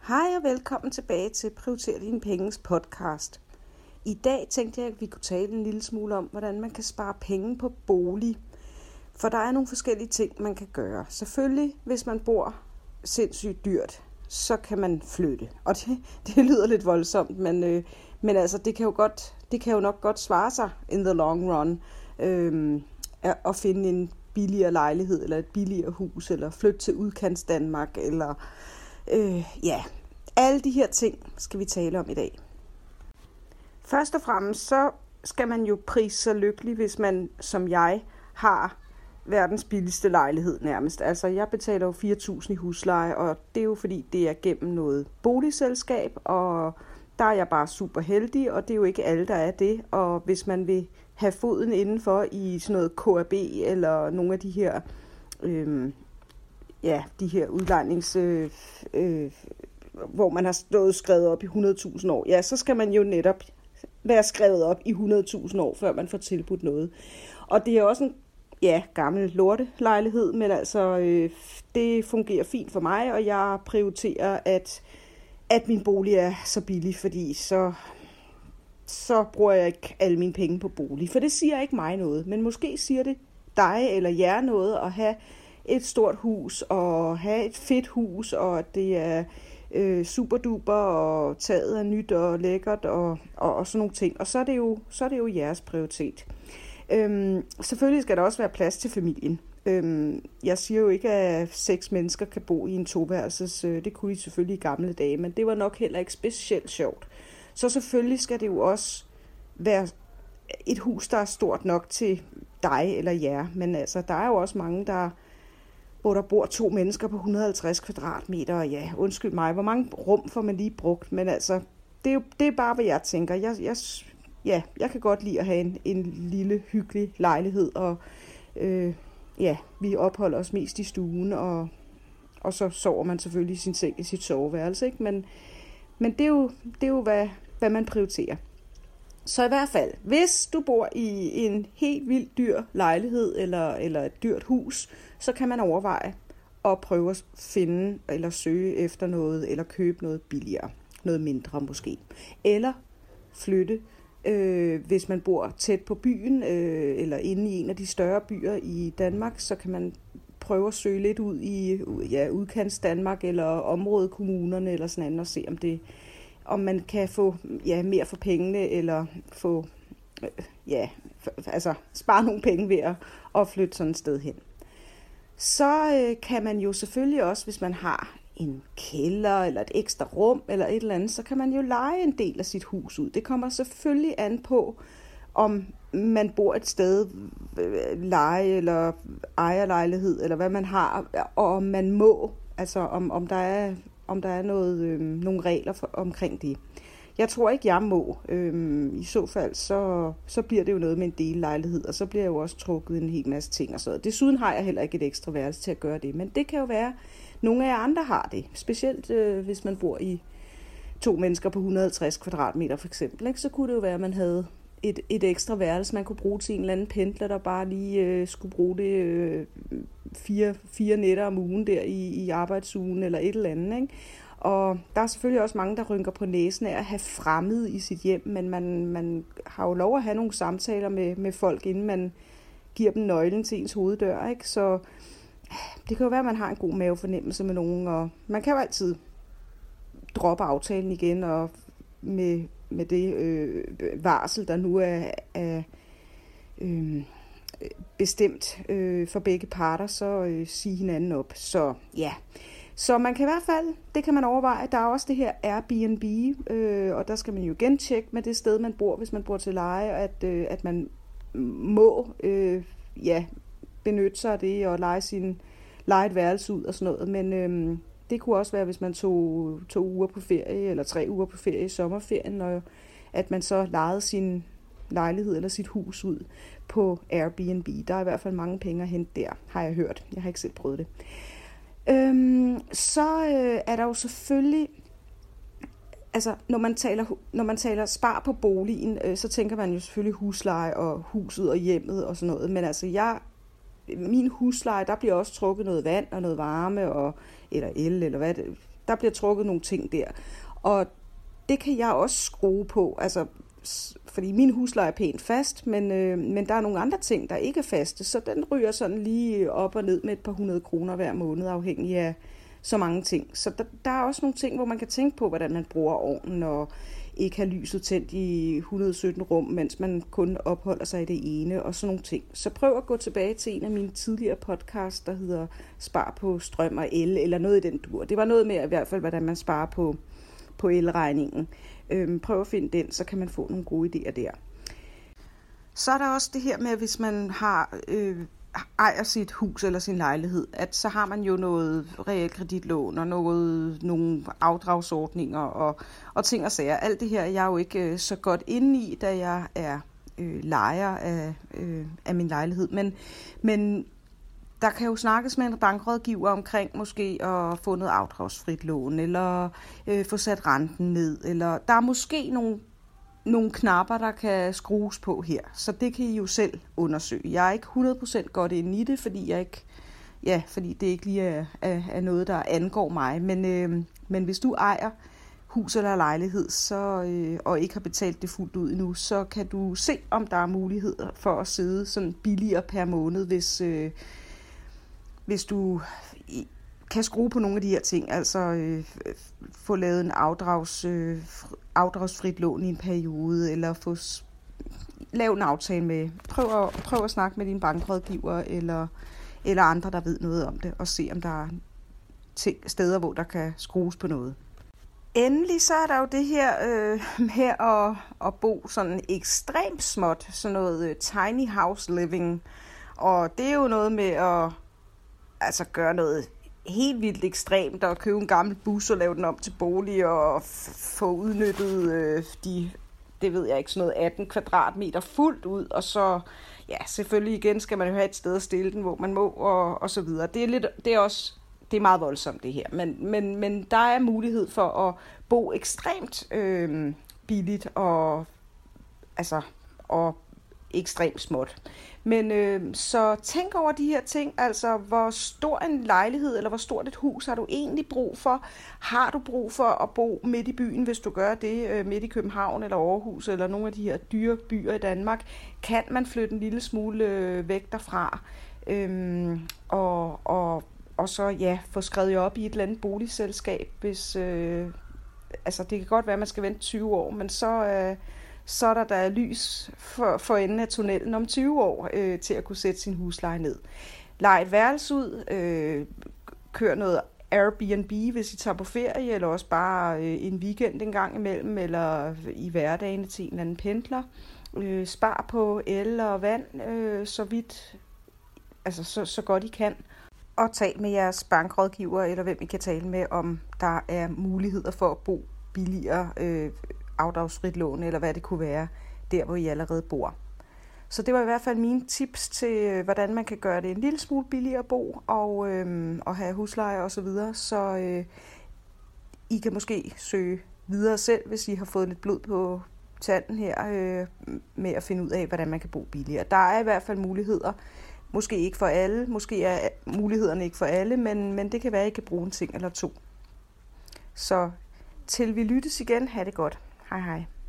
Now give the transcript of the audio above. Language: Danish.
Hej og velkommen tilbage til Prioriter dine penges podcast. I dag tænkte jeg, at vi kunne tale en lille smule om, hvordan man kan spare penge på bolig. For der er nogle forskellige ting, man kan gøre. Selvfølgelig, hvis man bor sindssygt dyrt, så kan man flytte. Og det lyder lidt voldsomt, men altså, det kan jo nok godt svare sig in the long run at finde en billigere lejlighed, eller et billigere hus, eller flytte til udkants Danmark, eller alle de her ting skal vi tale om i dag. Først og fremmest så skal man jo prise sig lykkelig, hvis man, som jeg, har verdens billigste lejlighed nærmest. Altså jeg betaler jo 4.000 i husleje, og det er jo fordi, det er gennem noget boligselskab, og der er jeg bare super heldig, og det er jo ikke alle, der er det. Og hvis man vil have foden indenfor i sådan noget KAB, eller nogle af de her, de her udlejnings... hvor man har stået skrevet op i 100.000 år, ja, så skal man jo netop være skrevet op i 100.000 år, før man får tilbudt noget. Og det er også en gammel lortelejlighed, men altså, det fungerer fint for mig, og jeg prioriterer, at min bolig er så billig, fordi så bruger jeg ikke alle mine penge på bolig. For det siger ikke mig noget, men måske siger det dig eller jer noget at have et stort hus, og have et fedt hus, og at det er super duper, og taget er nyt og lækkert, og sådan nogle ting. Og så er det jo jeres prioritet. Selvfølgelig skal der også være plads til familien. Jeg siger jo ikke, at 6 mennesker kan bo i en toværelses. Det kunne de selvfølgelig i gamle dage, men det var nok heller ikke specielt sjovt. Så selvfølgelig skal det jo også være et hus, der er stort nok til dig eller jer. Men altså, der er jo også mange, hvor der bor 2 mennesker på 150 kvadratmeter, og ja, undskyld mig, hvor mange rum får man lige brugt, men altså, det er bare, hvad jeg tænker. Jeg kan godt lide at have en lille, hyggelig lejlighed, og vi opholder os mest i stuen, og så sover man selvfølgelig i sin seng i sit soveværelse, ikke? Men det er jo hvad man prioriterer. Så i hvert fald, hvis du bor i en helt vildt dyr lejlighed eller et dyrt hus, så kan man overveje at prøve at finde eller søge efter noget, eller købe noget billigere, noget mindre måske. Eller flytte, hvis man bor tæt på byen, eller inde i en af de større byer i Danmark, så kan man prøve at søge lidt ud i udkants Danmark, eller områdekommunerne, eller sådan noget, og se om man kan få mere for pengene, eller få spare nogle penge ved at flytte sådan et sted hen. Så kan man jo selvfølgelig også, hvis man har en kælder eller et ekstra rum eller et eller andet, så kan man jo leje en del af sit hus ud. Det kommer selvfølgelig an på, om man bor et sted, leje eller ejerlejlighed, eller hvad man har, og om man må, altså om der er nogle regler omkring det. Jeg tror ikke, jeg må. I så fald, så bliver det jo noget med en dellejlighed, og så bliver jeg jo også trukket en hel masse ting og sådan. Desuden har jeg heller ikke et ekstra værelse til at gøre det, men det kan jo være, nogle af jer andre har det. Specielt hvis man bor i 2 mennesker på 150 kvadratmeter for eksempel, ikke? Så kunne det jo være, at man havde et ekstra værelse, man kunne bruge til en eller anden pendler, der bare lige skulle bruge det 4 nætter om ugen der i arbejdsugen eller et eller andet, ikke? Og der er selvfølgelig også mange, der rynker på næsen af at have fremmede i sit hjem, men man har jo lov at have nogle samtaler med folk, inden man giver dem nøglen til ens hoveddør, ikke? Så det kan jo være, at man har en god mavefornemmelse med nogen, og man kan jo altid droppe aftalen igen, og med det varsel, der nu er bestemt for begge parter, så sige hinanden op. Så ja, så man kan i hvert fald, det kan man overveje. Der er også det her Airbnb, og der skal man jo igen tjekke med det sted, man bor, hvis man bor til leje, at man må benytte sig af det og leje et værelse ud og sådan noget. Men det kunne også være, hvis man tog 2 uger på ferie, eller 3 uger på ferie i sommerferien, og at man så lejede sin lejlighed eller sit hus ud på Airbnb. Der er i hvert fald mange penge at hente der, har jeg hørt. Jeg har ikke selv prøvet det. Så er der jo selvfølgelig, altså når man taler spar på boligen, så tænker man jo selvfølgelig husleje og huset og hjemmet og sådan noget. Men altså min husleje, der bliver også trukket noget vand og noget varme, eller el, eller hvad det, der bliver trukket nogle ting der. Og det kan jeg også skrue på, altså, fordi min husleje er pænt fast, men der er nogle andre ting, der ikke er faste, så den ryger sådan lige op og ned med et par 100 kroner hver måned, afhængig af så mange ting. Så der er også nogle ting, hvor man kan tænke på, hvordan man bruger ovnen, og ikke have lyset tændt i 117 rum, mens man kun opholder sig i det ene, og sådan nogle ting. Så prøv at gå tilbage til en af mine tidligere podcasts, der hedder Spar på strøm og el, eller noget i den dur. Det var noget med i hvert fald, hvordan man sparer på elregningen. Prøv at finde den, så kan man få nogle gode idéer der. Så er der også det her med, hvis man ejer sit hus eller sin lejlighed, at så har man jo noget realkreditlån og nogle afdragsordninger og ting og sager. Alt det her er jeg jo ikke så godt inde i, da jeg er lejer af min lejlighed. Men der kan jo snakkes med en bankrådgiver omkring måske at få noget afdragsfrit lån, eller få sat renten ned, eller der er måske nogle knapper, der kan skrues på her. Så det kan I jo selv undersøge. Jeg er ikke 100% godt inde i det, fordi det ikke lige er noget, der angår mig. Men hvis du ejer hus eller lejlighed, og ikke har betalt det fuldt ud endnu, så kan du se, om der er muligheder for at sidde sådan billigere per måned, hvis du kan skrue på nogle af de her ting, altså få lavet en afdragsfrit lån i en periode, eller få lavet en aftale med, prøv at snakke med din bankrådgiver, eller andre, der ved noget om det, og se, om der er steder, hvor der kan skrues på noget. Endelig så er der jo det her med at bo sådan ekstremt småt, sådan noget tiny house living, og det er jo noget med at gøre noget helt vildt ekstremt, og købe en gammel bus og lave den om til bolig, og få udnyttet det ved jeg ikke, sådan noget 18 kvadratmeter fuldt ud, og så, ja, selvfølgelig igen skal man jo have et sted at stille den, hvor man må, og så videre. Det er meget voldsomt det her, men der er mulighed for at bo ekstremt billigt, og ekstremt småt. Men så tænk over de her ting, altså hvor stor en lejlighed eller hvor stort et hus har du egentlig brug for? Har du brug for at bo midt i byen, hvis du gør det midt i København eller Aarhus eller nogle af de her dyre byer i Danmark? Kan man flytte en lille smule væk derfra? Og så få skrevet op i et eller andet boligselskab, hvis det kan godt være, at man skal vente 20 år, men så er der lys for enden af tunnelen om 20 år til at kunne sætte sin husleje ned. Lej et værelse ud, kør noget Airbnb, hvis I tager på ferie, eller også bare en weekend en gang imellem, eller i hverdagen til en eller anden pendler. Spar på el og vand, så vidt, så godt I kan. Og tal med jeres bankrådgiver, eller hvem I kan tale med, om der er muligheder for at bo billigere, afdragsfrit lån, eller hvad det kunne være, der hvor I allerede bor. Så det var i hvert fald mine tips til, hvordan man kan gøre det en lille smule billigere at bo, og have husleje og så videre. Så I kan måske søge videre selv, hvis I har fået lidt blod på tanden her, med at finde ud af, hvordan man kan bo billigere. Der er i hvert fald muligheder. Måske ikke for alle, måske er mulighederne ikke for alle, men det kan være, at I kan bruge en ting eller to. Så til vi lyttes igen, ha' det godt. Hej hej.